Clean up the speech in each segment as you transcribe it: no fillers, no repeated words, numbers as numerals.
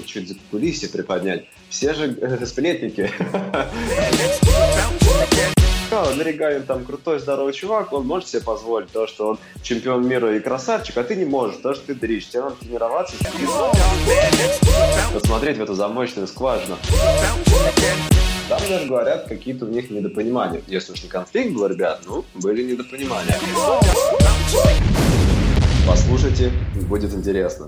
чуть за кулисье приподнять. Все же сплетники. Наригавин там крутой, здоровый чувак, он может себе позволить то, что он чемпион мира и красавчик, а ты не можешь, то, что ты дрищ. Тебе надо тренироваться, посмотреть в эту замочную скважину. Там даже говорят, какие-то у них недопонимания. Если уж не конфликт был, ребят, были недопонимания. Послушайте, будет интересно.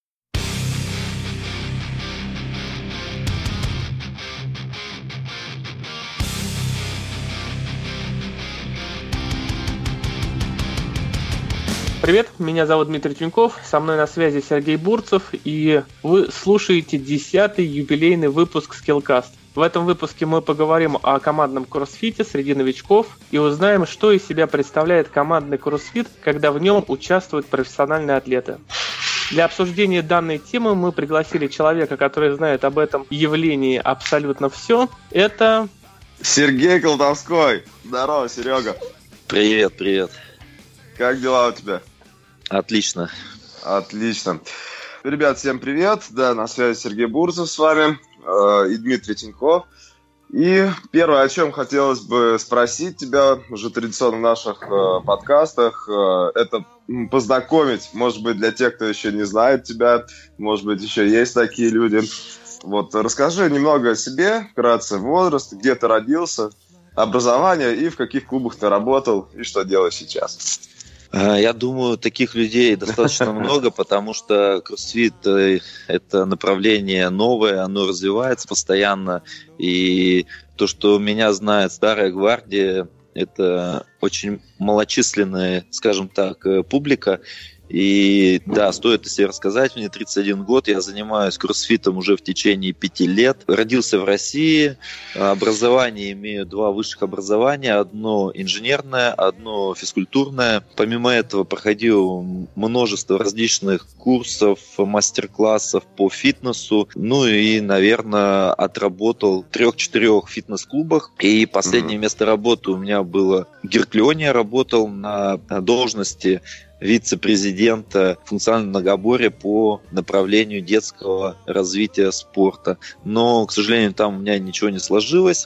Привет, меня зовут Дмитрий Тюньков, со мной на связи Сергей Бурцев, и вы слушаете 10-й юбилейный выпуск Skillcast. В этом выпуске мы поговорим о командном кроссфите среди новичков и узнаем, что из себя представляет командный кроссфит, когда в нем участвуют профессиональные атлеты. Для обсуждения данной темы мы пригласили человека, который знает об этом явлении абсолютно все. Это... Сергей Колдовской. Здорово, Серега. Привет. Как дела у тебя? Отлично. Ребят, всем привет. Да, на связи Сергей Бурцев с вами и Дмитрий Тиньков. И первое, о чем хотелось бы спросить тебя уже традиционно в наших подкастах, это познакомить, может быть, для тех, кто еще не знает тебя, может быть, еще есть такие люди. Вот, расскажи немного о себе, вкратце, возраст, где ты родился, образование и в каких клубах ты работал и что делаешь сейчас. Я думаю, таких людей достаточно много, потому что кроссфит – это направление новое, оно развивается постоянно. И то, что меня знает старая гвардия, это очень малочисленная, скажем так, публика. И да, стоит о себе рассказать, мне 31 год, я занимаюсь кроссфитом уже в течение 5 лет. Родился в России, образование имею 2 высших образования, одно инженерное, одно физкультурное. Помимо этого проходил множество различных курсов, мастер-классов по фитнесу, ну и, наверное, отработал в 3-4 фитнес-клубах. И последнее место работы у меня было в Гераклионе, я работал на должности вице-президента функционального многоборья по направлению детского развития спорта. Но, к сожалению, там у меня ничего не сложилось.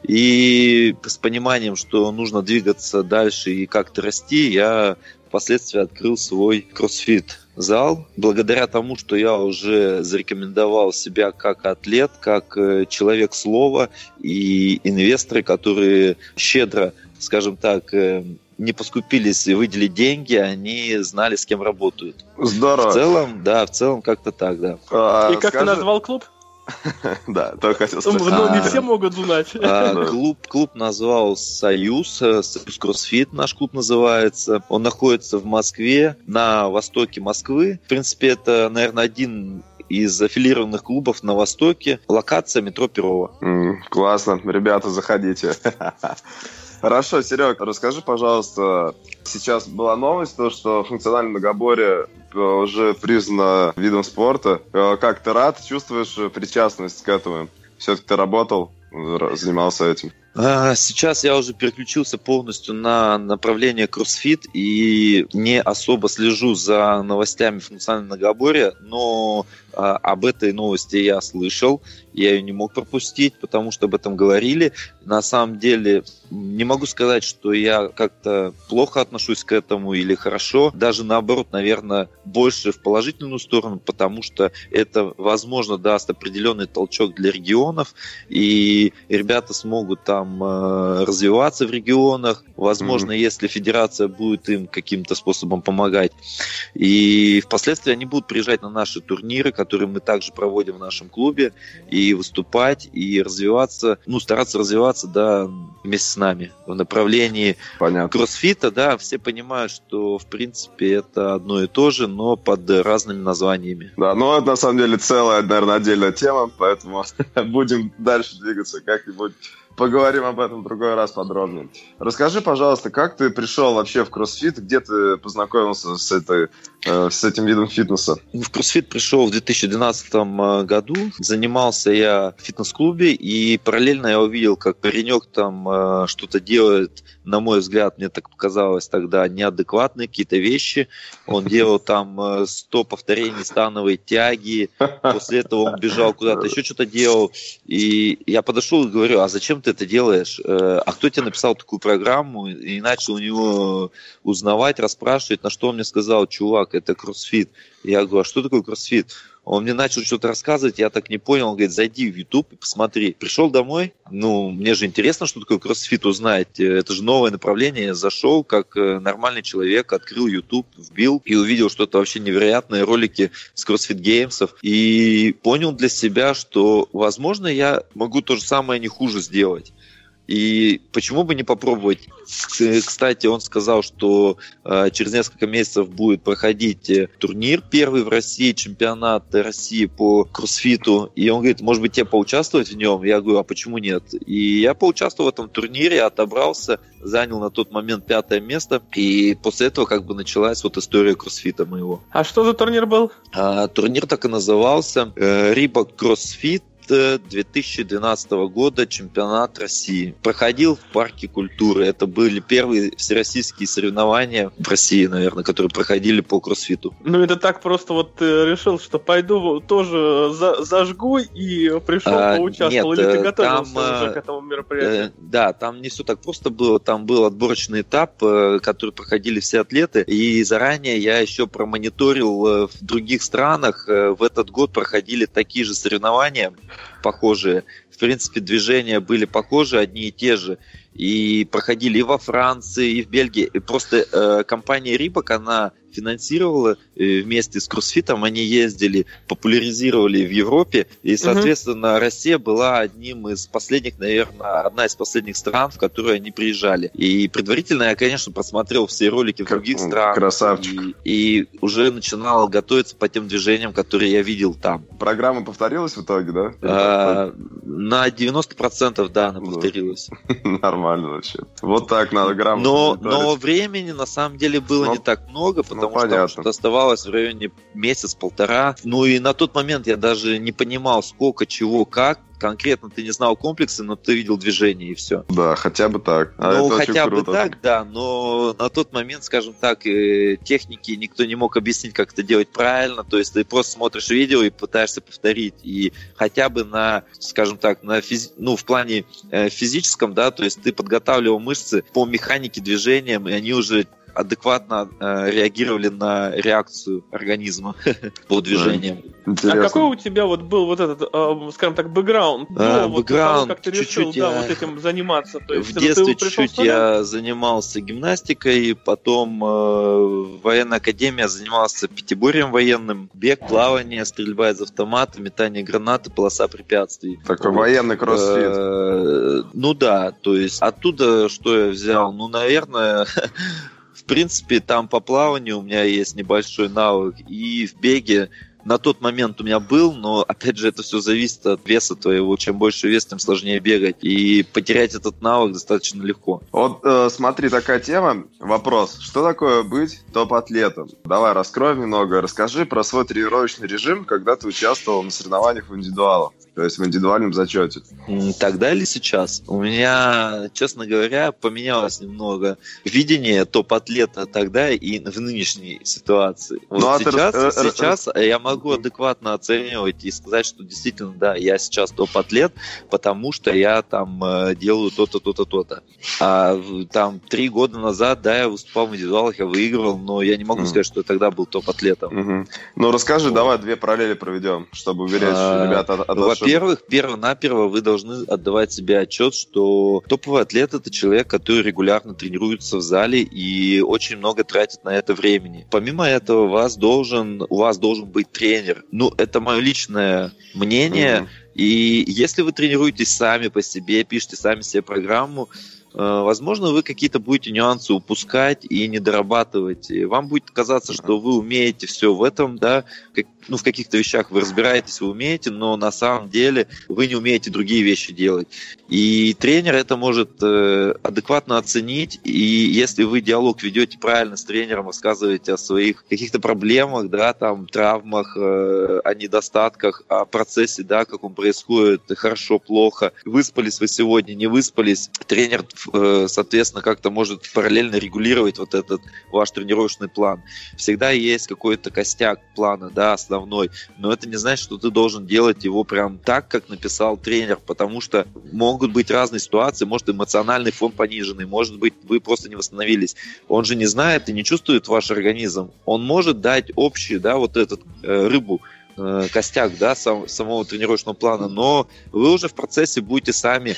И с пониманием, что нужно двигаться дальше и как-то расти, я впоследствии открыл свой кроссфит-зал. Благодаря тому, что я уже зарекомендовал себя как атлет, как человек слова и инвесторы, которые щедро, скажем так, не поскупились выделить деньги, они знали, с кем работают. Здорово. В целом как-то так, да. И как ты назвал клуб? Да, только хотел спросить. Ну, не все могут знать. Клуб назвал «Союз», «Союз Кроссфит» наш клуб называется. Он находится в Москве, на востоке Москвы. В принципе, это, наверное, один из аффилированных клубов на Востоке. Локация метро Перово. Классно. Ребята, заходите. Хорошо, Серег, расскажи, пожалуйста, сейчас была новость, то, что функциональное многоборье уже признано видом спорта. Как ты рад, чувствуешь причастность к этому? Все-таки ты работал, занимался этим? Сейчас я уже переключился полностью на направление кроссфит и не особо слежу за новостями функционального многоборья, но об этой новости я слышал, я ее не мог пропустить, потому что об этом говорили. На самом деле не могу сказать, что я как-то плохо отношусь к этому или хорошо, даже наоборот, наверное, больше в положительную сторону, потому что это, возможно, даст определенный толчок для регионов, и ребята смогут там развиваться в регионах, возможно, если федерация будет им каким-то способом помогать. И впоследствии они будут приезжать на наши турниры, которые мы также проводим в нашем клубе, и выступать, и развиваться, стараться развиваться, да, вместе с нами в направлении кроссфита, да, все понимают, что, в принципе, это одно и то же, но под разными названиями. Да, но это, на самом деле, целая, наверное, отдельная тема, поэтому будем дальше двигаться как-нибудь. Поговорим об этом в другой раз подробнее. Расскажи, пожалуйста, как ты пришел вообще в кроссфит, где ты познакомился с этим видом фитнеса? В кроссфит пришел в 2012 году. Занимался я в фитнес-клубе, и параллельно я увидел, как паренек там что-то делает на мой взгляд, мне так показалось тогда, неадекватные какие-то вещи. Он делал там 100 повторений становой тяги, после этого он бежал куда-то, еще что-то делал. И я подошел и говорю, а зачем ты это делаешь? А кто тебе написал такую программу? И начал у него узнавать, расспрашивать, на что он мне сказал, чувак, это кроссфит. Я говорю, а что такое кроссфит? Он мне начал что-то рассказывать, я так не понял. Он говорит, зайди в YouTube и посмотри. Пришел домой, мне же интересно, что такое кроссфит узнать. Это же новое направление. Я зашел, как нормальный человек, открыл YouTube, вбил и увидел что-то вообще невероятное, ролики с CrossFit Games'ов. И понял для себя, что, возможно, я могу то же самое не хуже сделать. И почему бы не попробовать? Кстати, он сказал, что через несколько месяцев будет проходить турнир первый в России, чемпионат России по кроссфиту. И он говорит, может быть, тебе поучаствовать в нем? Я говорю, а почему нет? И я поучаствовал в этом турнире, отобрался, занял на тот момент 5-е место. И после этого началась история кроссфита моего. А что за турнир был? Турнир так и назывался Reebok CrossFit 2012 года, чемпионат России. Проходил в парке культуры. Это были первые всероссийские соревнования в России, наверное, которые проходили по кроссфиту. Это так просто решил, что пойду тоже зажгу и пришел, поучаствовал. Нет, или ты готовился уже к этому мероприятию? Да, там не все так просто было. Там был отборочный этап, который проходили все атлеты. И заранее я еще промониторил в других странах. В этот год проходили такие же соревнования, похожие. В принципе, движения были похожи, одни и те же. И проходили и во Франции, и в Бельгии. И просто компания Reebok, она финансировала вместе с кроссфитом, они ездили, популяризировали в Европе, и, соответственно, Россия была одним из последних, наверное, одна из последних стран, в которые они приезжали. И предварительно я, конечно, просмотрел все ролики в других странах. Красавчик. И уже начинал готовиться по тем движениям, которые я видел там. Программа повторилась в итоге, да? На 90%, да, она повторилась. Нормально вообще. Вот так надо грамотно. Но времени на самом деле было не так много, потому что там что-то оставалось в районе месяц-полтора. И на тот момент я даже не понимал, сколько, чего, как. Конкретно ты не знал комплексы, но ты видел движение и все. Да, хотя бы так. Хотя бы так, да, но на тот момент, скажем так, техники никто не мог объяснить, как это делать правильно, то есть ты просто смотришь видео и пытаешься повторить, и хотя бы на, скажем так, в плане физическом, да, то есть ты подготавливал мышцы по механике движениям, и они уже адекватно реагировали на реакцию организма по движениям. Интересно. А какой у тебя был этот, скажем так, бэкграунд? Бэкграунд, как ты решил этим заниматься? То есть, в детстве чуть-чуть я занимался гимнастикой, потом в военной академии я занимался пятиборьем военным, бег, плавание, стрельба из автомата, метание гранаты, полоса препятствий. Такой военный кроссфит. Да, то есть оттуда что я взял? Наверное... В принципе, там по плаванию у меня есть небольшой навык, и в беге на тот момент у меня был, но, опять же, это все зависит от веса твоего. Чем больше вес, тем сложнее бегать. И потерять этот навык достаточно легко. Вот смотри, такая тема. Вопрос. Что такое быть топ-атлетом? Давай раскроем немного. Расскажи про свой тренировочный режим, когда ты участвовал на соревнованиях в индивидуалах. То есть в индивидуальном зачете. Тогда или сейчас? У меня, честно говоря, поменялось немного видение топ-атлета тогда и в нынешней ситуации. Сейчас я могу адекватно оценивать и сказать, что действительно, да, я сейчас топ-атлет, потому что я там делаю то-то, то-то, то-то. А там 3 года назад, да, я выступал в индивидуалах, я выигрывал, но я не могу сказать, что я тогда был топ-атлетом. Расскажи, давай 2 параллели проведем, чтобы уберечь ребят от ошибок. Во-первых, перво-наперво вы должны отдавать себе отчет, что топовый атлет — это человек, который регулярно тренируется в зале и очень много тратит на это времени. Помимо этого, у вас должен быть тренер. Это мое личное мнение. И если вы тренируетесь сами по себе, пишете сами себе программу, возможно, вы какие-то будете нюансы упускать и не дорабатывать. И вам будет казаться, что вы умеете все в этом, да, в каких-то вещах вы разбираетесь, вы умеете, но на самом деле вы не умеете другие вещи делать. И тренер это может адекватно оценить, и если вы диалог ведете правильно с тренером, рассказываете о своих каких-то проблемах, да, там, травмах, о недостатках, о процессе, да, как он происходит, хорошо, плохо, выспались вы сегодня, не выспались, тренер соответственно, как-то может параллельно регулировать вот этот ваш тренировочный план. Всегда есть какой-то костяк плана, да, основной, но это не значит, что ты должен делать его прям так, как написал тренер, потому что могут быть разные ситуации, может эмоциональный фон пониженный, может быть вы просто не восстановились. Он же не знает и не чувствует ваш организм. Он может дать общий, да, вот этот рыбу, костяк, да, самого тренировочного плана, но вы уже в процессе будете сами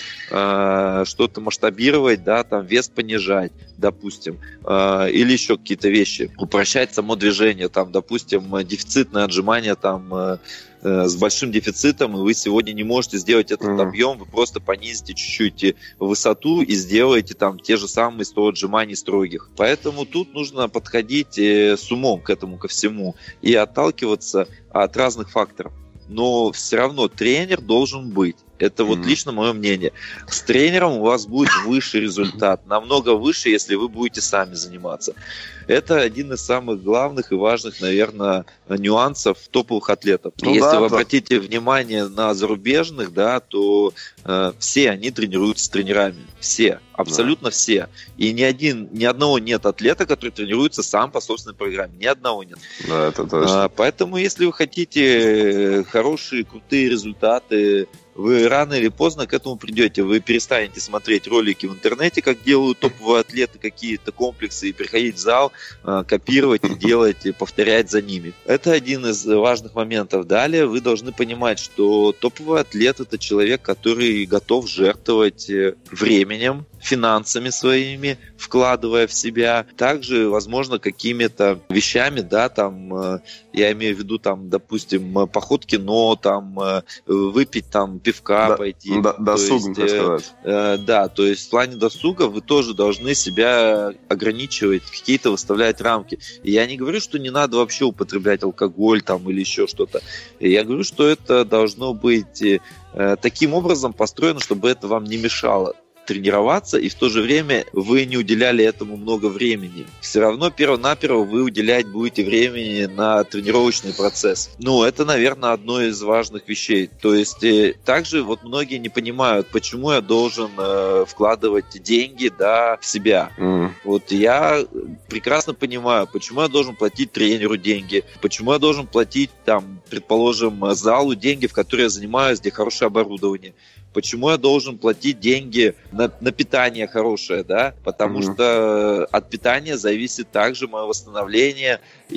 что-то масштабировать, да, там вес понижать, допустим, или еще какие-то вещи, упрощать само движение, там, допустим, дефицитное отжимание там с большим дефицитом, и вы сегодня не можете сделать этот объем, вы просто понизите чуть-чуть высоту и сделаете там те же самые 100 отжиманий строгих. Поэтому тут нужно подходить с умом к этому ко всему и отталкиваться от разных факторов. Но все равно тренер должен быть. Это вот лично мое мнение. С тренером у вас будет высший результат. Намного выше, если вы будете сами заниматься. Это один из самых главных и важных, наверное, нюансов топовых атлетов. Ну, если вы обратите внимание на зарубежных, да, то все они тренируются с тренерами. Все. Абсолютно все. И ни одного нет атлета, который тренируется сам по собственной программе. Ни одного нет. Да, это точно. Поэтому, если вы хотите хорошие, крутые результаты, вы рано или поздно к этому придете. Вы перестанете смотреть ролики в интернете, как делают топовые атлеты, какие-то комплексы, и приходить в зал, копировать и делать, и повторять за ними. Это один из важных моментов. Далее вы должны понимать, что топовый атлет – это человек, который готов жертвовать временем, финансами своими, вкладывая в себя, также, возможно, какими-то вещами, да, там, я имею в виду, там, допустим, поход в кино, там, выпить, там, пивка, пойти. Досугом, так сказать. Да, то есть в плане досуга вы тоже должны себя ограничивать, какие-то выставлять рамки. И я не говорю, что не надо вообще употреблять алкоголь, там, или еще что-то. Я говорю, что это должно быть таким образом построено, чтобы это вам не мешало тренироваться, и в то же время вы не уделяли этому много времени. Все равно перво-наперво вы уделять будете времени на тренировочный процесс. Ну, это, наверное, одно из важных вещей. То есть, также вот многие не понимают, почему я должен вкладывать деньги, да, в себя. Вот я прекрасно понимаю, почему я должен платить тренеру деньги, почему я должен платить, там, предположим, залу деньги, в которой я занимаюсь, где хорошее оборудование. Почему я должен платить деньги на питание хорошее, да? Потому что от питания зависит также мое восстановление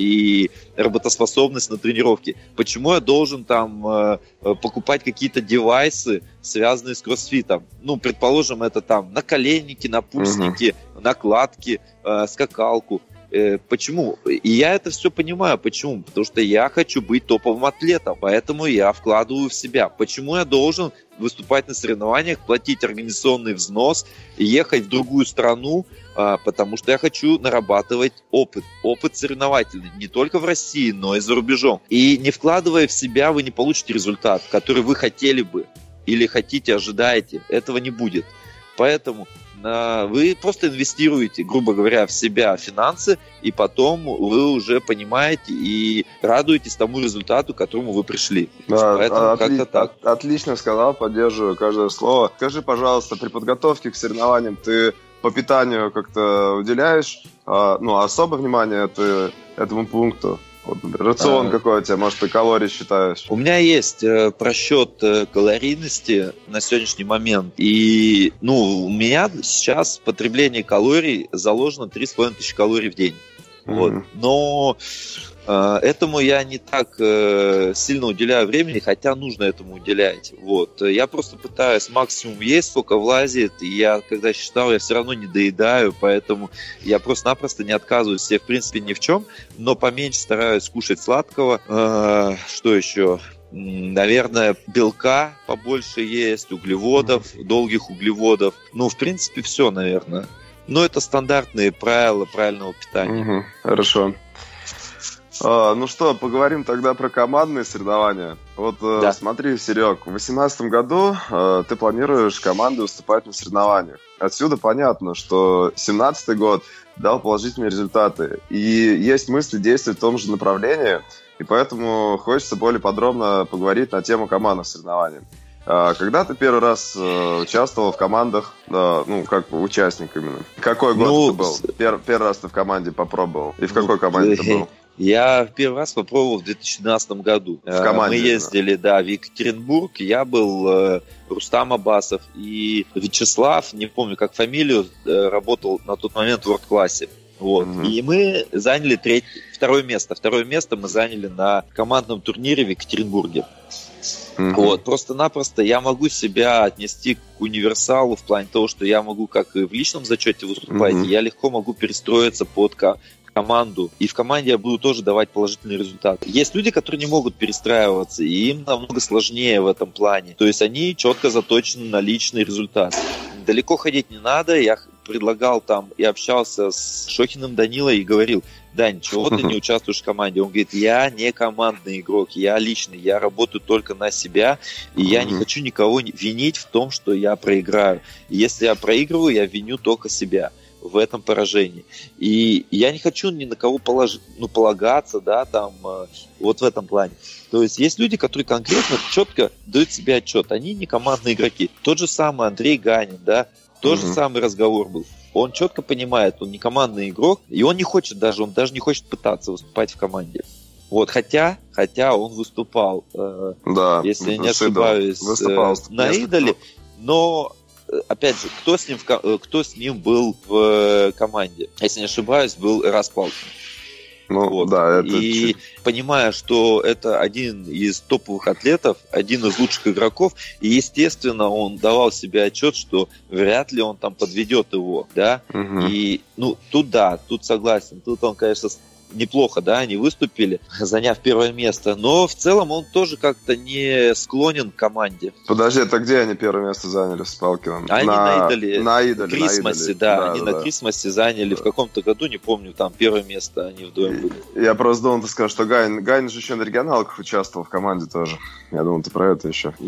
и работоспособность на тренировке. Почему я должен там покупать какие-то девайсы, связанные с кроссфитом? Ну, предположим, это там наколенники, напульсники, накладки, скакалку. Почему? И я это все понимаю. Почему? Потому что я хочу быть топовым атлетом, поэтому я вкладываю в себя. Почему я должен выступать на соревнованиях, платить организационный взнос и ехать в другую страну? Потому что я хочу нарабатывать опыт соревновательный не только в России, но и за рубежом. И не вкладывая в себя, вы не получите результат, который вы хотели бы или хотите, ожидаете. Этого не будет. Поэтому вы просто инвестируете, грубо говоря, в себя финансы, и потом вы уже понимаете и радуетесь тому результату, к которому вы пришли. Да, поэтому как-то так. Отлично сказал, поддерживаю каждое слово. Скажи, пожалуйста, при подготовке к соревнованиям ты по питанию как-то уделяешь особое внимание этому пункту? Вот, рацион какой у тебя, может, ты калорий считаешь? У меня есть просчет калорийности на сегодняшний момент. И у меня сейчас потребление калорий заложено 3500 калорий в день. Вот. Но этому я не так сильно уделяю времени, хотя нужно этому уделять. Вот. Я просто пытаюсь максимум есть, сколько влазит. И я, когда считал, я все равно не доедаю, поэтому я просто-напросто не отказываюсь себе, в принципе, ни в чем, но поменьше стараюсь кушать сладкого. Что еще? Наверное, белка побольше есть, углеводов, долгих углеводов. В принципе, все, наверное. Но это стандартные правила правильного питания. Хорошо. Ну что, поговорим тогда про командные соревнования. Вот да. Смотри, Серег, в 2018 году ты планируешь командой выступать на соревнованиях. Отсюда понятно, что 2017 год дал положительные результаты. И есть мысли действовать в том же направлении. И поэтому хочется более подробно поговорить на тему командных соревнований. Когда ты первый раз участвовал в командах, как бы участник именно? Какой год ты был? Первый раз ты в команде попробовал? И в какой команде ты был? Я первый раз попробовал в 2012 году. В команде? Мы ездили, в Екатеринбург. Я был Рустам Абасов и Вячеслав, не помню как фамилию, работал на тот момент в World-классе. Вот. И мы заняли второе место. Второе место мы заняли на командном турнире в Екатеринбурге. Вот. Просто-напросто я могу себя отнести к универсалу в плане того, что я могу как и в личном зачете выступать, я легко могу перестроиться под команду, и в команде я буду тоже давать положительный результат. Есть люди, которые не могут перестраиваться, и им намного сложнее в этом плане. То есть они четко заточены на личный результат. Далеко ходить не надо. Я предлагал там и общался с Шохиным Данилой и говорил: Дань, чего ты не участвуешь в команде? Он говорит: я не командный игрок, я личный, я работаю только на себя, и я не хочу никого винить в том, что я проиграю. И если я проигрываю, я виню только себя в этом поражении. И я не хочу ни на кого полагаться, вот в этом плане. То есть есть люди, которые конкретно, четко дают себе отчет. Они не командные игроки. Тот же самый Андрей Ганин, тот же самый разговор был. Он четко понимает, он не командный игрок, и он даже не хочет пытаться выступать в команде. Вот, хотя он выступал, если не ошибаюсь, на Идоле, но опять же, кто с ним был в команде? Если не ошибаюсь, был Распалкин. И понимая, что это один из топовых атлетов, один из лучших игроков, и, естественно, он давал себе отчет, что вряд ли он там подведет его, И, тут согласен, тут он, конечно, неплохо, они выступили, заняв первое место, но в целом он тоже как-то не склонен к команде. Подожди, это где они первое место заняли с Палкиным? Они на Идоле, на Крисмасе, они на Крисмасе заняли в каком-то году, не помню, там первое место они вдвоем были. Я просто думал, ты скажешь, что Гайн же еще на регионалках участвовал в команде тоже. Я думал, ты про это еще.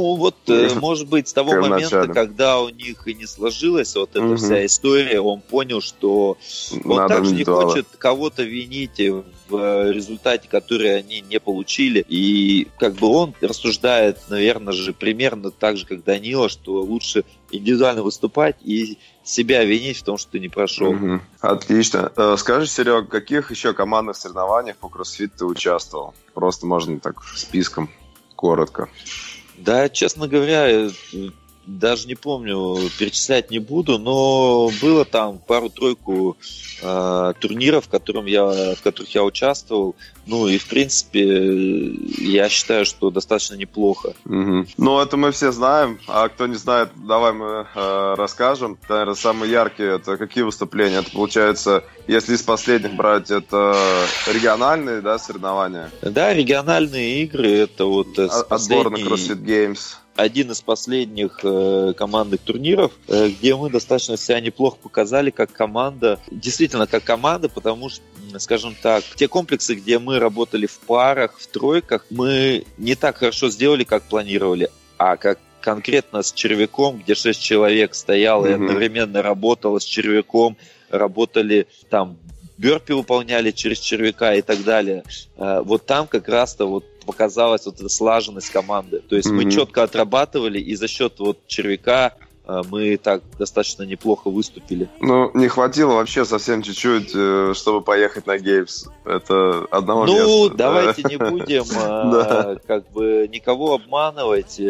Может быть, с того момента, когда у них и не сложилась вот эта вся история, он понял, что он также не хочет кого-то винить в результате, который они не получили. И как бы он рассуждает, наверное же, примерно так же, как Данила, что лучше индивидуально выступать и себя винить в том, что ты не прошел. Отлично. Скажи, Серега, в каких еще командных соревнованиях по кроссфит ты участвовал? Просто можно так списком, коротко. Да, честно говоря, даже не помню, перечислять не буду, но было там пару-тройку турниров, в которых я участвовал. И, в принципе, я считаю, что достаточно неплохо. Это мы все знаем, а кто не знает, давай мы расскажем. Наверное, самые яркие, это какие выступления? Это, получается, если из последних брать, это региональные, соревнования? Да, региональные игры, это вот отбор на CrossFit Games. Один из последних командных турниров, где мы достаточно себя неплохо показали как команда. Действительно, как команда, потому что, скажем так, те комплексы, где мы работали в парах, в тройках, мы не так хорошо сделали, как планировали, а как конкретно с червяком, где 6 человек стояло и одновременно работало с червяком, работали там, бёрпи выполняли через червяка и так далее. Вот там как раз-то показалась эта слаженность команды. То есть мы четко отрабатывали, и за счет червяка мы так достаточно неплохо выступили. Не хватило вообще совсем чуть-чуть, чтобы поехать на Геймс. Это одного места. Давайте не будем никого обманывать.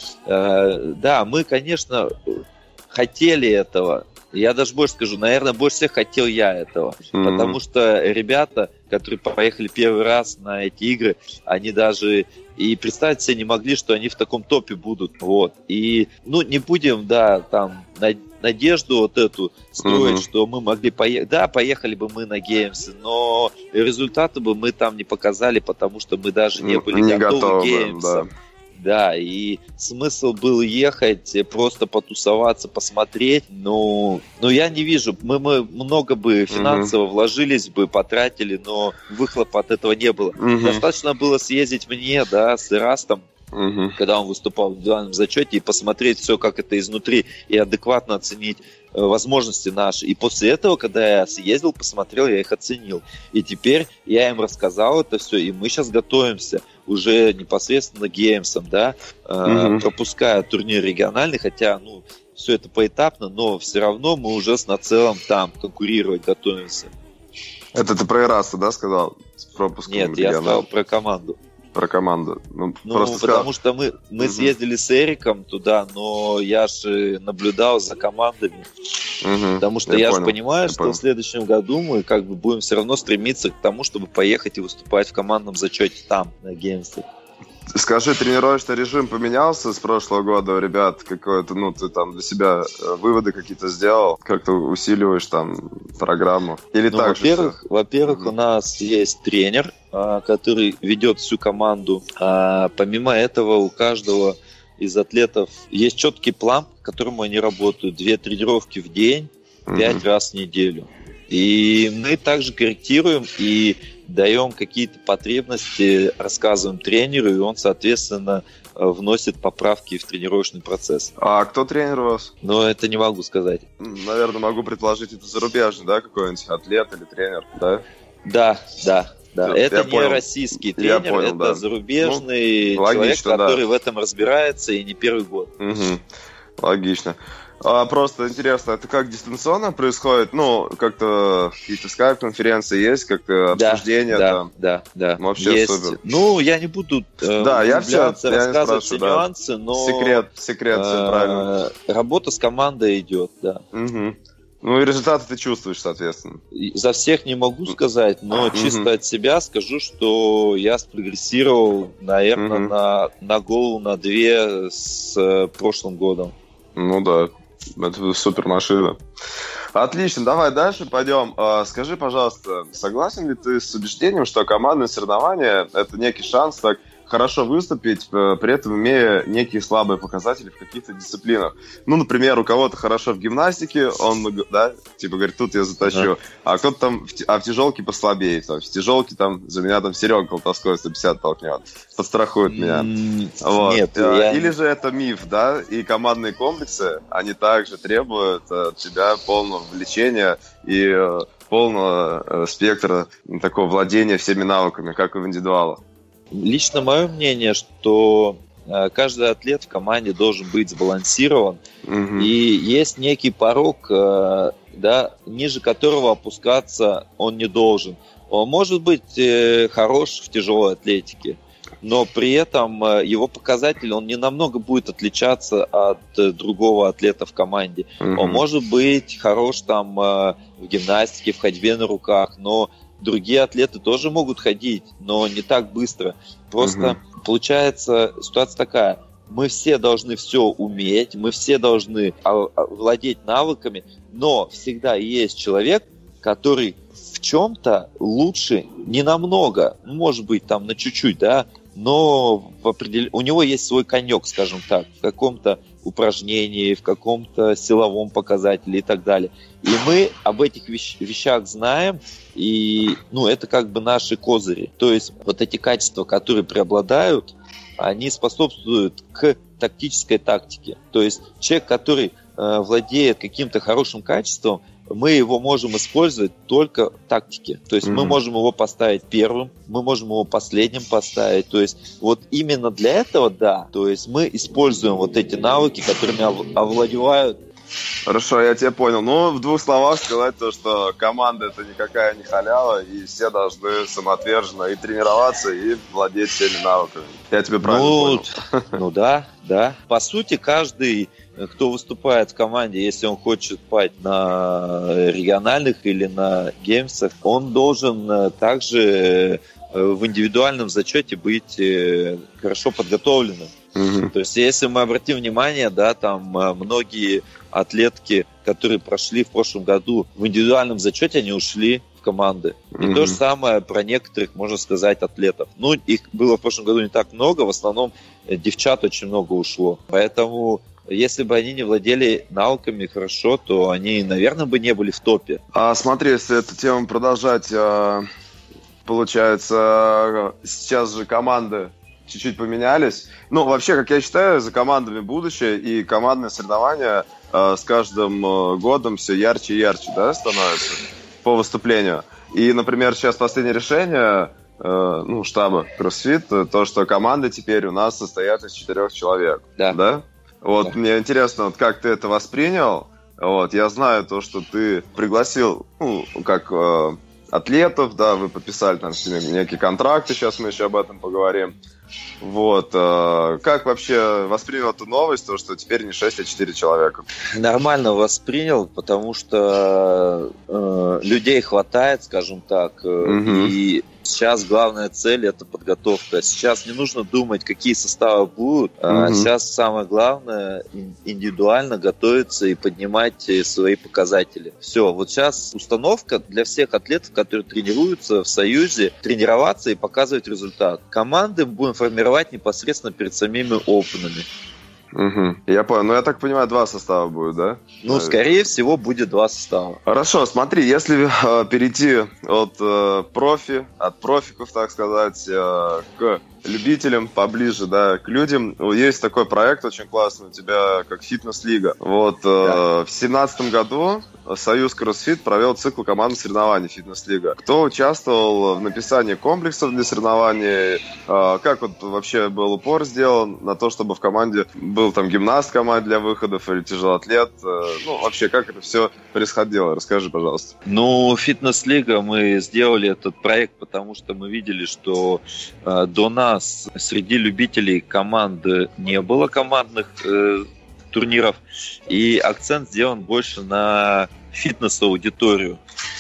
Да, мы, конечно, хотели этого. Я даже больше скажу, наверное, больше всех хотел я этого. Потому что ребята, которые поехали первый раз на эти игры, они даже и представить себе не могли, что они в таком топе будут. И, не будем, там, надежду эту строить, что мы могли поехать. Да, поехали бы мы на Геймсы, но результаты бы мы там не показали, потому что мы даже не были готовы к Геймсам. Да, и смысл был ехать, просто потусоваться, посмотреть. Я не вижу. Мы много бы финансово вложились бы, потратили, но выхлопа от этого не было. Достаточно было съездить мне, с Ирастом, когда он выступал в индивидуальном зачете, и посмотреть все, как это изнутри, и адекватно оценить возможности наши. И после этого, когда я съездил, посмотрел, я их оценил. И теперь я им рассказал это все, и мы сейчас готовимся уже непосредственно к геймсам, да, пропуская турнир региональный, хотя, все это поэтапно, но все равно мы уже с нацелом там конкурировать готовимся. Это ты про Эрасту, да, сказал? С пропуском? Нет, я сказал про команду. Про команду. Потому что мы съездили с Эриком туда, но я же наблюдал за командами. Потому что я же понимаю, что в следующем году мы как бы будем все равно стремиться к тому, чтобы поехать и выступать в командном зачете там, на геймсах. Скажи, тренировочный режим поменялся с прошлого года, ребят? Какой-то, ты там для себя выводы какие-то сделал? Как ты усиливаешь там программу? Или так же? Во-первых, у нас есть тренер, который ведет всю команду. Помимо этого, у каждого из атлетов есть четкий план, по которому они работают. 2 тренировки в день, 5 раз в неделю. И мы также корректируем и даем какие-то потребности, рассказываем тренеру, и он, соответственно, вносит поправки в тренировочный процесс. А кто тренер у вас? Это не могу сказать. Наверное, могу предположить, это зарубежный, да, какой-нибудь атлет или тренер, да? Да. Это не российский тренер, это зарубежный человек, который в этом разбирается и не первый год. Логично. Просто интересно, это как дистанционно происходит? Как-то какие-то скайп-конференции есть, как-то обсуждения там? Да. Вообще есть. супер. Я не буду рассказывать нюансы, но секрет, правильно. Работа с командой идет, да. И результаты ты чувствуешь, соответственно. За всех не могу сказать, но чисто от себя скажу, что я спрогрессировал, наверное, на голову, на 2 с прошлым годом. Да, это супер машина. Отлично, давай дальше пойдем. Скажи, пожалуйста, согласен ли ты с убеждением, что командные соревнования – это некий шанс так хорошо выступить, при этом имея некие слабые показатели в каких-то дисциплинах? Например, у кого-то хорошо в гимнастике, он, говорит, тут я затащу, а кто-то там в тяжелке послабее, в тяжелке за меня Серега Колтовской 150 толкнет, подстрахует меня. Нет, Или же это миф, да, и командные комплексы, они также требуют от тебя полного влечения и полного спектра такого владения всеми навыками, как и в индивидуалах. Лично мое мнение, что каждый атлет в команде должен быть сбалансирован, и есть некий порог, ниже которого опускаться он не должен. Он может быть хорош в тяжелой атлетике, но при этом его показатель, он не намного будет отличаться от другого атлета в команде. Он может быть хорош в гимнастике, в ходьбе на руках, но другие атлеты тоже могут ходить, но не так быстро. Просто получается ситуация такая. Мы все должны все уметь, мы все должны владеть навыками, но всегда есть человек, который в чем-то лучше не намного, может быть, на чуть-чуть, но у него есть свой конек, скажем так, в каком-то упражнении, в каком-то силовом показателе и так далее. И мы об этих вещах знаем, и это как бы наши козыри. То есть вот эти качества, которые преобладают, они способствуют к тактической тактике. То есть человек, который владеет каким-то хорошим качеством, мы его можем использовать только в тактике. То есть мы можем его поставить первым, мы можем его последним поставить. То есть вот именно для этого, то есть мы используем вот эти навыки, которыми овладевают. Хорошо, я тебя понял. В 2 словах сказать то, что команда — это никакая не халява, и все должны самоотверженно и тренироваться, и владеть всеми навыками. Я тебя правильно понял? Да. По сути, каждый, кто выступает в команде, если он хочет пать на региональных или на геймсах, он должен также в индивидуальном зачете быть хорошо подготовленным. То есть, если мы обратим внимание, многие атлетки, которые прошли в прошлом году в индивидуальном зачете, они ушли в команды. И то же самое про некоторых, можно сказать, атлетов. Их было в прошлом году не так много, в основном девчат очень много ушло. Поэтому, если бы они не владели навыками хорошо, то они, наверное, бы не были в топе. Смотри, если эту тему продолжать, получается, сейчас же команды чуть-чуть поменялись. Ну, вообще, как я считаю, за командами будущее, и командные соревнования с каждым годом все ярче и ярче, да, становятся по выступлению. И, например, сейчас последнее решение штаба CrossFit, то, что команды теперь у нас состоят из 4 человек. Да? Вот, да. Мне интересно, вот как ты это воспринял? Вот, я знаю то, что ты пригласил, атлетов, да, вы подписали там с ними некие контракты, сейчас мы еще об этом поговорим. Вот, как вообще воспринял эту новость, то, что теперь не 6, а 4 человека? Нормально воспринял, потому что людей хватает, скажем так, и сейчас главная цель – это подготовка. Сейчас не нужно думать, какие составы будут. Сейчас самое главное – индивидуально готовиться и поднимать свои показатели. Все, вот сейчас установка для всех атлетов, которые тренируются в Союзе, тренироваться и показывать результат. Команды будем формировать непосредственно перед самими опенами. Я понял. Ну, я так понимаю, 2 состава будет, да? Ну, скорее всего, будет 2 состава. Хорошо, смотри, если перейти от профиков, так сказать, к любителям поближе, да, к людям. Есть такой проект очень классный у тебя, как фитнес-лига. Вот, в 2017 году Союз CrossFit провел цикл командных соревнований «Фитнес-лига». Кто участвовал в написании комплексов для соревнований? Как вот вообще был упор сделан на то, чтобы в команде был там гимнаст в команде для выходов или тяжелоатлет? Ну, вообще, как это все происходило? Расскажи, пожалуйста. Ну, «Фитнес-лига» мы сделали этот проект, потому что мы видели, что до нас среди любителей команды не было командных турниров, и акцент сделан больше на фитнес-аудиторию.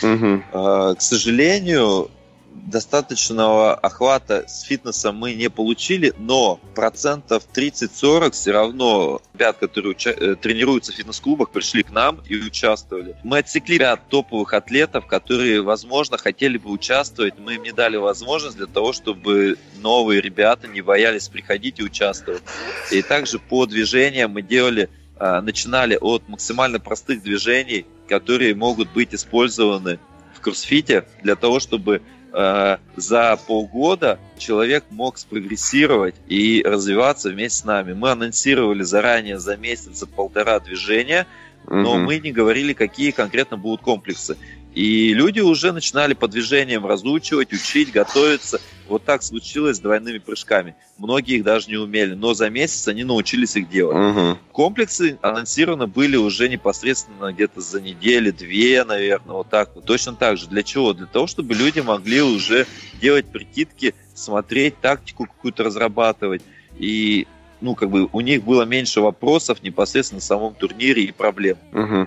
К сожалению, достаточного охвата с фитнесом мы не получили, но 30-40% все равно ребят, которые тренируются в фитнес-клубах, пришли к нам и участвовали. Мы отсекли ряд топовых атлетов, которые, возможно, хотели бы участвовать, мы им не дали возможность для того, чтобы новые ребята не боялись приходить и участвовать. И также по движениям мы начинали от максимально простых движений, которые могут быть использованы в кроссфите для того, чтобы за полгода человек мог спрогрессировать и развиваться вместе с нами. Мы анонсировали заранее за месяц, за 1,5 движения, но мы не говорили, какие конкретно будут комплексы. И люди уже начинали по движениям разучивать, учить, готовиться. Вот так случилось с двойными прыжками. Многие их даже не умели, но за месяц они научились их делать. Комплексы анонсированы были уже непосредственно где-то за неделю-две, наверное, вот так вот. Точно так же. Для чего? Для того, чтобы люди могли уже делать прикидки, смотреть, тактику какую-то разрабатывать. И у них было меньше вопросов непосредственно в самом турнире и проблем.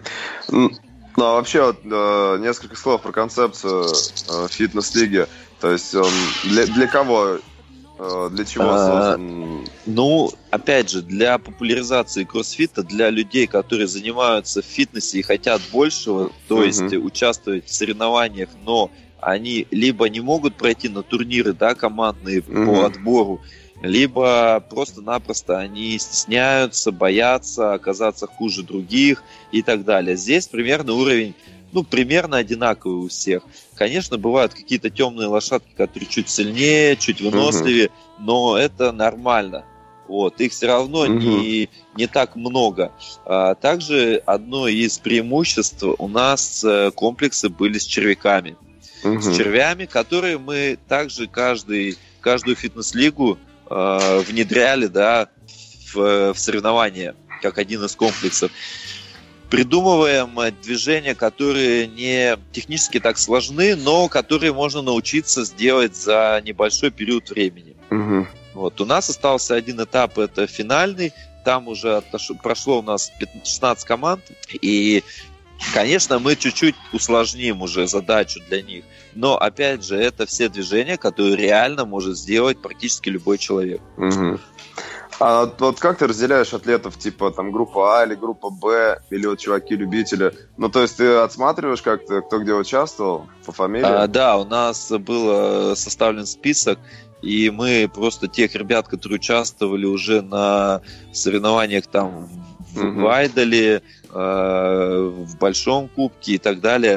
Ну, а вообще, несколько слов про концепцию фитнес-лиги. То есть он для кого, для чего создан? Ну, опять же, для популяризации кроссфита, для людей, которые занимаются в фитнесе и хотят большего, то есть участвовать в соревнованиях, но они либо не могут пройти на турниры, да, командные по отбору, либо просто-напросто они стесняются, боятся оказаться хуже других и так далее. Здесь примерно уровень, примерно одинаковый у всех. Конечно, бывают какие-то темные лошадки, которые чуть сильнее, чуть выносливее, но это нормально. Вот, их все равно не так много. Также одно из преимуществ у нас комплексы были с червяками. С червями, которые мы также каждую фитнес-лигу внедряли, да, в соревнования, как один из комплексов. Придумываем движения, которые не технически так сложны, но которые можно научиться сделать за небольшой период времени. Вот. У нас остался один этап, это финальный. Там уже прошло у нас 16 команд. И, конечно, мы чуть-чуть усложним уже задачу для них. Но, опять же, это все движения, которые реально может сделать практически любой человек. А вот как ты разделяешь атлетов, типа там группа А или группа Б, или вот чуваки-любители? Ну, то есть ты отсматриваешь как-то, кто где участвовал по фамилии? Да, у нас был составлен список, и мы просто тех ребят, которые участвовали уже на соревнованиях там в Айдоле, в Большом Кубке и так далее,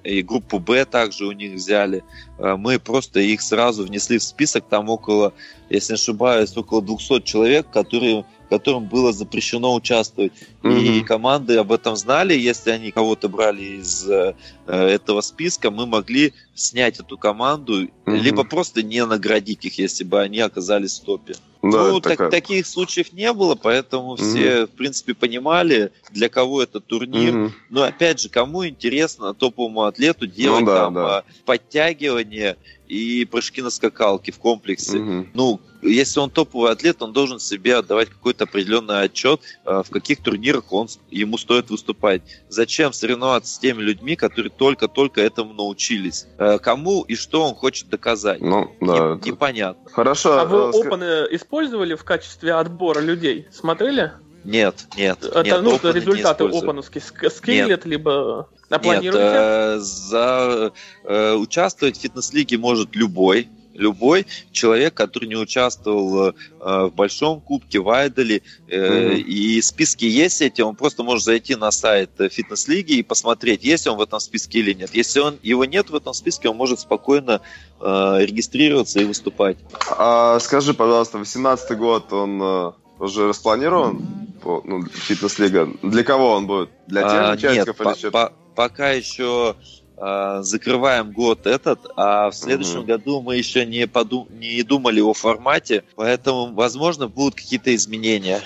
и группу Б также у них взяли. Мы просто их сразу внесли в список, там около, если не ошибаюсь, около 200 человек, которым было запрещено участвовать. И команды об этом знали. Если они кого-то брали из этого списка, мы могли снять эту команду, либо просто не наградить их, если бы они оказались в топе. Да, ну, таких случаев не было, поэтому все, в принципе, понимали, для кого это турнир. Но, опять же, кому интересно топовому атлету делать подтягивания и прыжки на скакалке в комплексе. Ну, если он топовый атлет, он должен себе отдавать какой-то определенный отчет, в каких турнирах ему стоит выступать. Зачем соревноваться с теми людьми, которые только-только этому научились? Кому и что он хочет доказать? Непонятно. Хорошо. А вы Open использовали в качестве отбора людей? Смотрели? Нет. Это результаты опеновские скейлят, либо планируете? Участвовать в фитнес-лиге может любой человек, который не участвовал в Большом Кубке, в Айдоле, и списки есть эти, он просто может зайти на сайт фитнес-лиги и посмотреть, есть он в этом списке или нет. Если его нет в этом списке, он может спокойно регистрироваться и выступать. Скажи, пожалуйста, 18-й год, он уже распланирован? Фитнес-лига. Для кого он будет? Для тех участников или что? Пока еще закрываем год этот, а в следующем году мы еще не думали о формате, поэтому, возможно, будут какие-то изменения.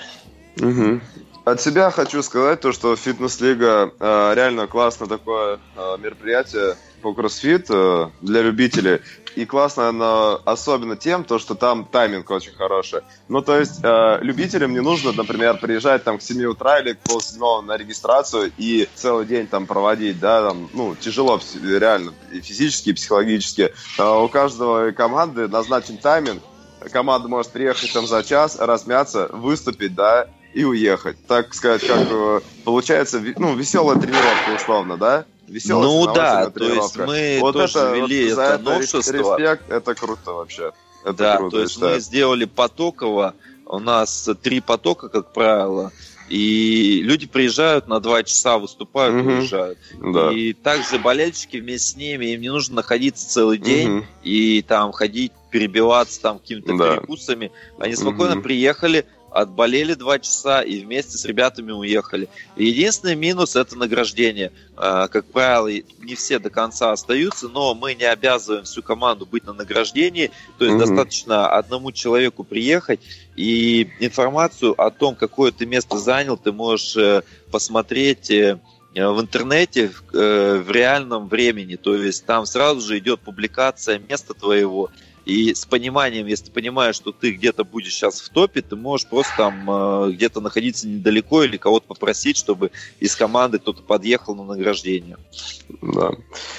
От себя хочу сказать то, что фитнес-лига реально классное такое мероприятие по кроссфит для любителей. И классно оно особенно тем, то, что там тайминг очень хороший. Ну, то есть любителям не нужно, например, приезжать там к 7 утра или к 6:30 на регистрацию и целый день там проводить, да, там, ну, тяжело реально, и физически, и психологически. У каждой команды назначен тайминг. Команда может приехать там за час, размяться, выступить, да, и уехать. Так сказать, как получается, веселая тренировка условно, да? То есть мы тоже ввели это новшество. Респект, это круто вообще. То есть мы сделали потоково, у нас 3 потока, как правило, и люди приезжают на 2 часа, выступают и уезжают. Да. И также болельщики вместе с ними, им не нужно находиться целый день и там ходить, перебиваться там какими-то перекусами. Они спокойно приехали, отболели 2 часа и вместе с ребятами уехали. И единственный минус — это награждение. Как правило, не все до конца остаются, но мы не обязываем всю команду быть на награждении. То есть достаточно одному человеку приехать, и информацию о том, какое ты место занял, ты можешь посмотреть в интернете в реальном времени. То есть там сразу же идет публикация места твоего. И с пониманием, если ты понимаешь, что ты где-то будешь сейчас в топе, ты можешь просто там где-то находиться недалеко или кого-то попросить, чтобы из команды кто-то подъехал на награждение. Да.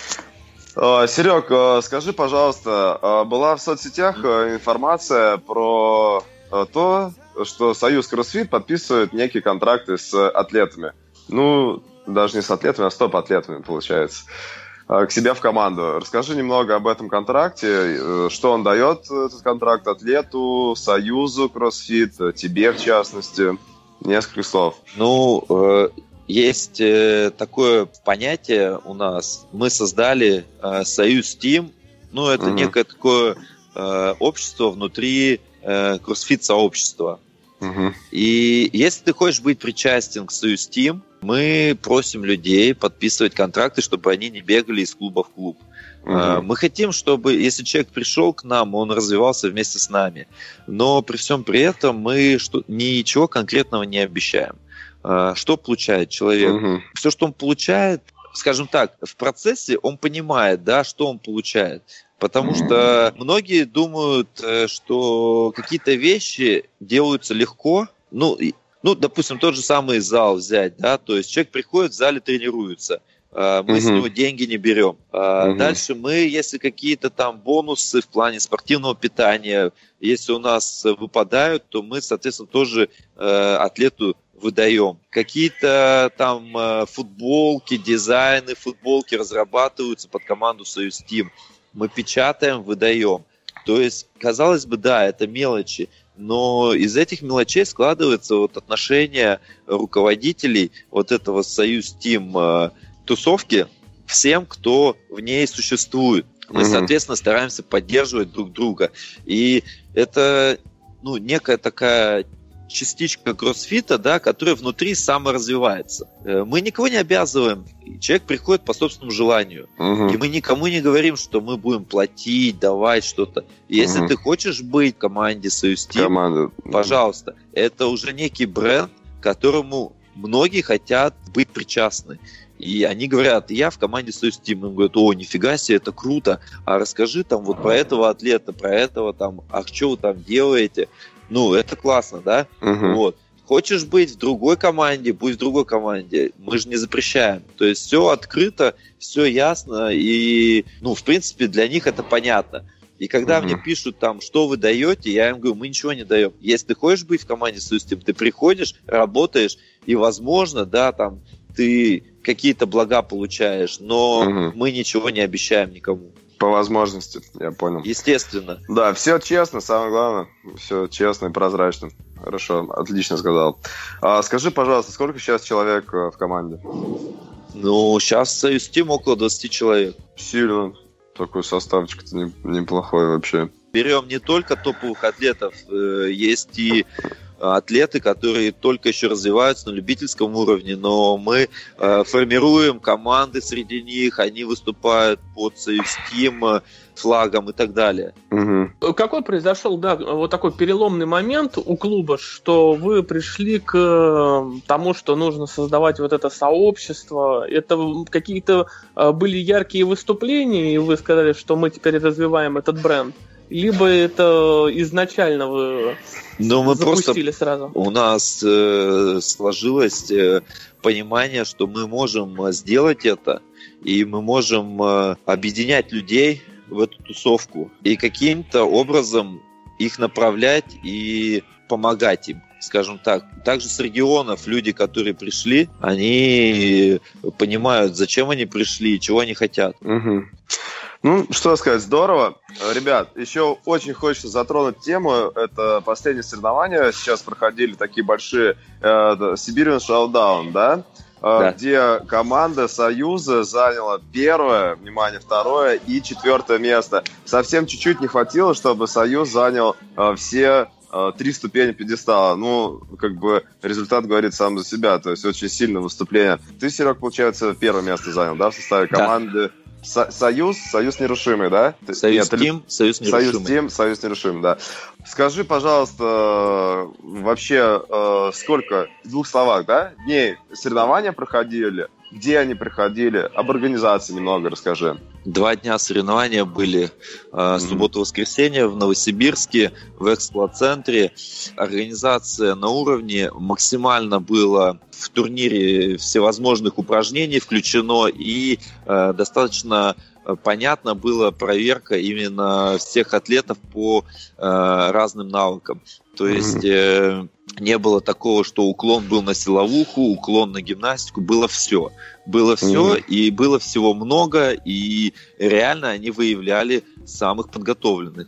Серег, скажи, пожалуйста, была в соцсетях информация про то, что Союз Кроссфит подписывает некие контракты с атлетами. Ну, даже не с атлетами, а с топ-атлетами, получается, к себе в команду. Расскажи немного об этом контракте, что он дает, этот контракт, атлету, Союзу Кроссфит, тебе в частности. Несколько слов. Есть такое понятие у нас. Мы создали Союз Team. Это некое такое общество внутри кроссфит-сообщества. И если ты хочешь быть причастен к Союз Team, мы просим людей подписывать контракты, чтобы они не бегали из клуба в клуб. Мы хотим, чтобы, если человек пришел к нам, он развивался вместе с нами. Но при всем при этом мы ничего конкретного не обещаем. Что получает человек? Все, что он получает, скажем так, в процессе он понимает, да, что он получает. Потому что многие думают, что какие-то вещи делаются легко. Допустим, тот же самый зал взять, да, то есть человек приходит, в зале тренируется, мы с него деньги не берем. Дальше мы, если какие-то там бонусы в плане спортивного питания, если у нас выпадают, то мы, соответственно, тоже атлету выдаем. Какие-то там футболки, дизайны, футболки разрабатываются под команду Союз Team. Мы печатаем, выдаем. То есть, казалось бы, да, это мелочи, но из этих мелочей складывается отношение руководителей этого Союз Team тусовки всем, кто в ней существует. Мы, соответственно, стараемся поддерживать друг друга. И это, некая такая частичка кроссфита, да, которая внутри саморазвивается. Мы никого не обязываем. Человек приходит по собственному желанию. И мы никому не говорим, что мы будем платить, давать что-то. Если ты хочешь быть в команде Союз Тим, пожалуйста. Это уже некий бренд, к которому многие хотят быть причастны. И они говорят, я в команде Союз Тим. Им говорят, о, нифига себе, это круто. А расскажи там вот про этого атлета, про этого там, а что вы там делаете? Это классно, да? Вот. Хочешь быть в другой команде, будь в другой команде. Мы же не запрещаем. То есть все открыто, все ясно. И, в принципе, для них это понятно. И когда мне пишут там, что вы даете, я им говорю, мы ничего не даем. Если ты хочешь быть в команде Союз Тим, ты приходишь, работаешь, и, возможно, да, там, ты какие-то блага получаешь, но мы ничего не обещаем никому. По возможности, я понял. Естественно. Да, все честно, самое главное. Все честно и прозрачно. Хорошо, отлично сказал. Скажи, пожалуйста, сколько сейчас человек в команде? Сейчас в Союз Тим около 20 человек. Сильно. Такой составчик-то неплохой вообще. Берем не только топовых атлетов, есть и атлеты, которые только еще развиваются на любительском уровне, но мы формируем команды среди них, они выступают под Союз Тим флагом и так далее. Какой произошел, вот такой переломный момент у клуба, что вы пришли к тому, что нужно создавать вот это сообщество? Это какие-то были яркие выступления, и вы сказали, что мы теперь развиваем этот бренд? Либо это изначально вы запустили сразу? У нас сложилось понимание, что мы можем сделать это, и мы можем объединять людей в эту тусовку и каким-то образом их направлять и помогать им, скажем так. Также с регионов люди, которые пришли, они понимают, зачем они пришли, чего они хотят. Что сказать, здорово. Ребят, еще очень хочется затронуть тему. Это последние соревнования. Сейчас проходили такие большие Siberian Showdown, да? Где команда Союза заняла 1-е, внимание, 2-е и 4-е место. Совсем чуть-чуть не хватило, чтобы Союз занял все 3 ступени пьедестала. Результат говорит сам за себя. То есть очень сильное выступление. Ты, Серег, получается, 1-е место занял, да, в составе команды? Союз нерушимый, да? Союз Тим, Союз нерушимый. Союз Тим, Союз нерушимый, да. Скажи, пожалуйста, вообще сколько, в 2 словах, да, дней соревнования проходили? Где они проходили? Об организации немного расскажи. 2 дня соревнования были. Суббота-воскресенье в Новосибирске, в экспо-центре. Организация на уровне. Максимально было в турнире всевозможных упражнений включено. И достаточно понятно была проверка именно всех атлетов по разным навыкам. То есть не было такого, что уклон был на силовуху, уклон на гимнастику, было все. Было все, и было всего много, и реально они выявляли самых подготовленных.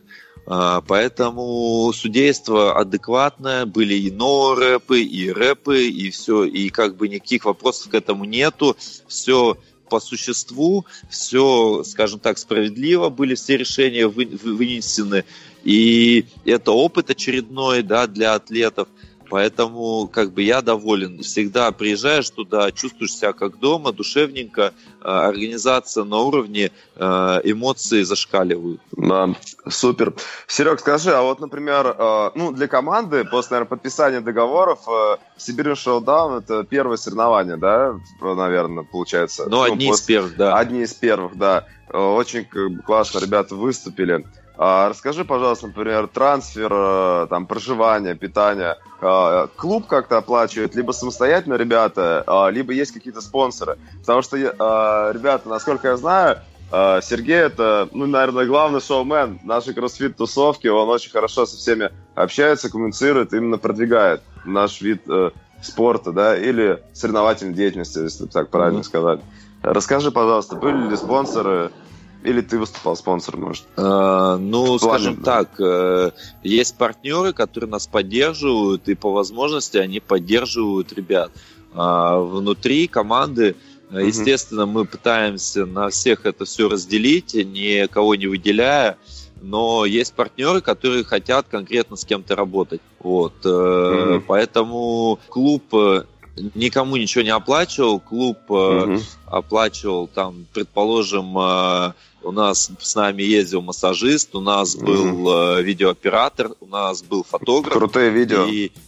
Поэтому судейство адекватное, были и ноу-рэпы, и рэпы, и все, и никаких вопросов к этому нету. Все по существу, все, скажем так, справедливо, были все решения вынесены. И это опыт очередной, да, для атлетов. Поэтому я доволен. Всегда приезжаешь туда, чувствуешь себя как дома, душевненько, организация на уровне, эмоции зашкаливают. Да, супер. Серег, скажи, а вот, например, для команды после, наверное, подписания договоров Siberian Showdown — это 1-е соревнование, да, наверное, получается? Одни из первых, да. Одни из первых, да. Очень классно ребята выступили. Расскажи, пожалуйста, например, трансфер, там, проживание, питание. Клуб как-то оплачивает, либо самостоятельно ребята, либо есть какие-то спонсоры. Потому что, ребята, насколько я знаю, Сергей — это, наверное, главный шоумен нашей кроссфит-тусовки. Он очень хорошо со всеми общается, коммуницирует, именно продвигает наш вид спорта, да, или соревновательной деятельности, если так правильно сказать. Расскажи, пожалуйста, были ли спонсоры? Или ты выступал спонсором, может? Скажем так, есть партнеры, которые нас поддерживают, и по возможности они поддерживают ребят. Внутри команды Естественно, мы пытаемся на всех это все разделить, никого не выделяя, но есть партнеры, которые хотят конкретно с кем-то работать. Вот. Поэтому клуб никому ничего не оплачивал, клуб оплачивал, там, предположим, у нас с нами ездил массажист, у нас был видеооператор, у нас был фотограф. Крутые видео.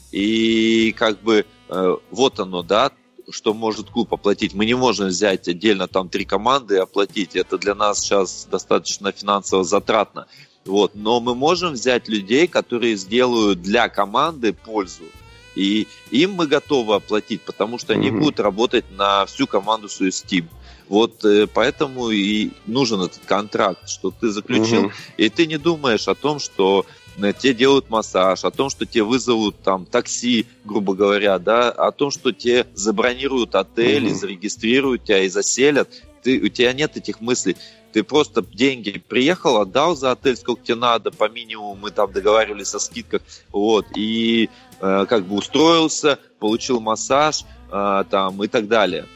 И как бы вот оно, да, что может клуб оплатить. Мы не можем взять отдельно там 3 команды и оплатить. Это для нас сейчас достаточно финансово затратно. Вот. Но мы можем взять людей, которые сделают для команды пользу. И им мы готовы оплатить, потому что они будут работать на всю команду Steam. Вот поэтому и нужен этот контракт, что ты заключил, и ты не думаешь о том, что тебе делают массаж, о том, что тебе вызовут там такси, грубо говоря, да, о том, что тебе забронируют отель, и зарегистрируют тебя и заселят. У тебя нет этих мыслей. Ты просто деньги приехал, отдал за отель, сколько тебе надо, по минимуму мы там договаривались о скидках, вот, и как бы устроился, получил массаж там и так далее.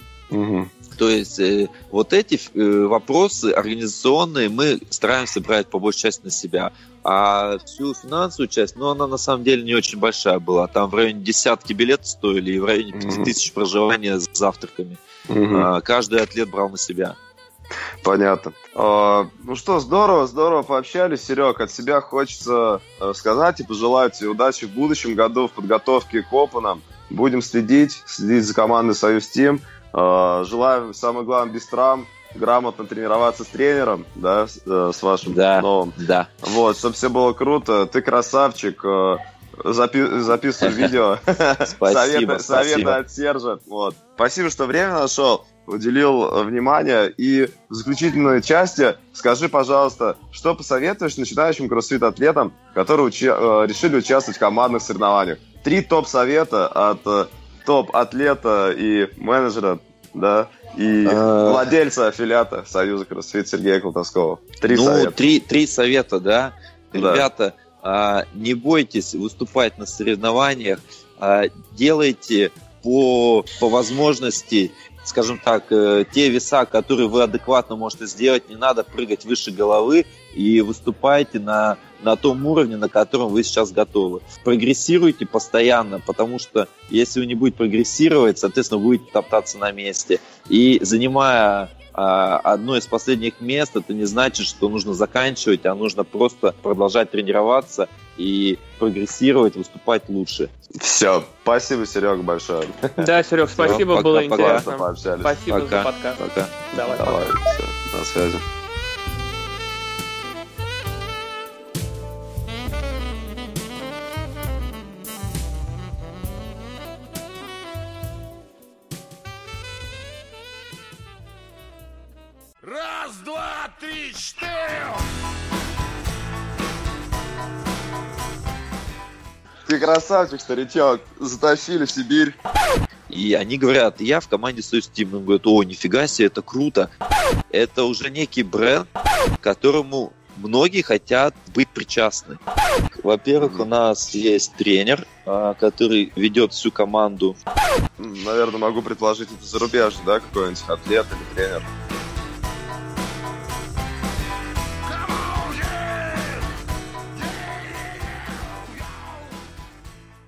То есть вот эти вопросы организационные мы стараемся брать по большей части на себя. А всю финансовую часть, она на самом деле не очень большая была. Там в районе 10 билетов стоили и в районе 5000 проживания с завтраками. Каждый атлет брал на себя. Понятно. Ну что, здорово пообщались, Серег. От себя хочется сказать и пожелать тебе удачи в будущем году в подготовке к Опенам. Будем следить за командой Steam. Желаю, самое главное, без травм, грамотно тренироваться с тренером, да, с вашим новым. Да. Вот, чтобы все было круто. Ты красавчик. Записывай видео. Советы от Сержа. Вот. Спасибо, что время нашел, уделил внимание. И в заключительной части скажи, пожалуйста, что посоветуешь начинающим кроссфит-атлетам, которые решили участвовать в командных соревнованиях? 3 топ-совета от топ-атлета и менеджера, да, и владельца аффилиата Союза кроссфит Сергея Колтовского. 3 совета. 3 совета, да. Ребята, не бойтесь выступать на соревнованиях, делайте по возможности, скажем так, те веса, которые вы адекватно можете сделать, не надо прыгать выше головы, и выступайте на том уровне, на котором вы сейчас готовы. Прогрессируйте постоянно, потому что если вы не будете прогрессировать, соответственно, будете топтаться на месте. И занимая одно из последних мест, это не значит, что нужно заканчивать, а нужно просто продолжать тренироваться и прогрессировать, выступать лучше. Все, спасибо, Серег, большое. Да, Серег, спасибо, пока, было интересно. Спасибо за подкаст. Пока. Давай, все, на связи. Раз, два, три, 4! Ты красавчик, старичок. Затащили в Сибирь. И они говорят, я в команде Steam. Он говорит, о, нифига себе, это круто. Это уже некий бренд, к которому многие хотят быть причастны. Во-первых, у нас есть тренер, который ведет всю команду. Наверное, могу предположить, это зарубежный, да, какой-нибудь атлет или тренер?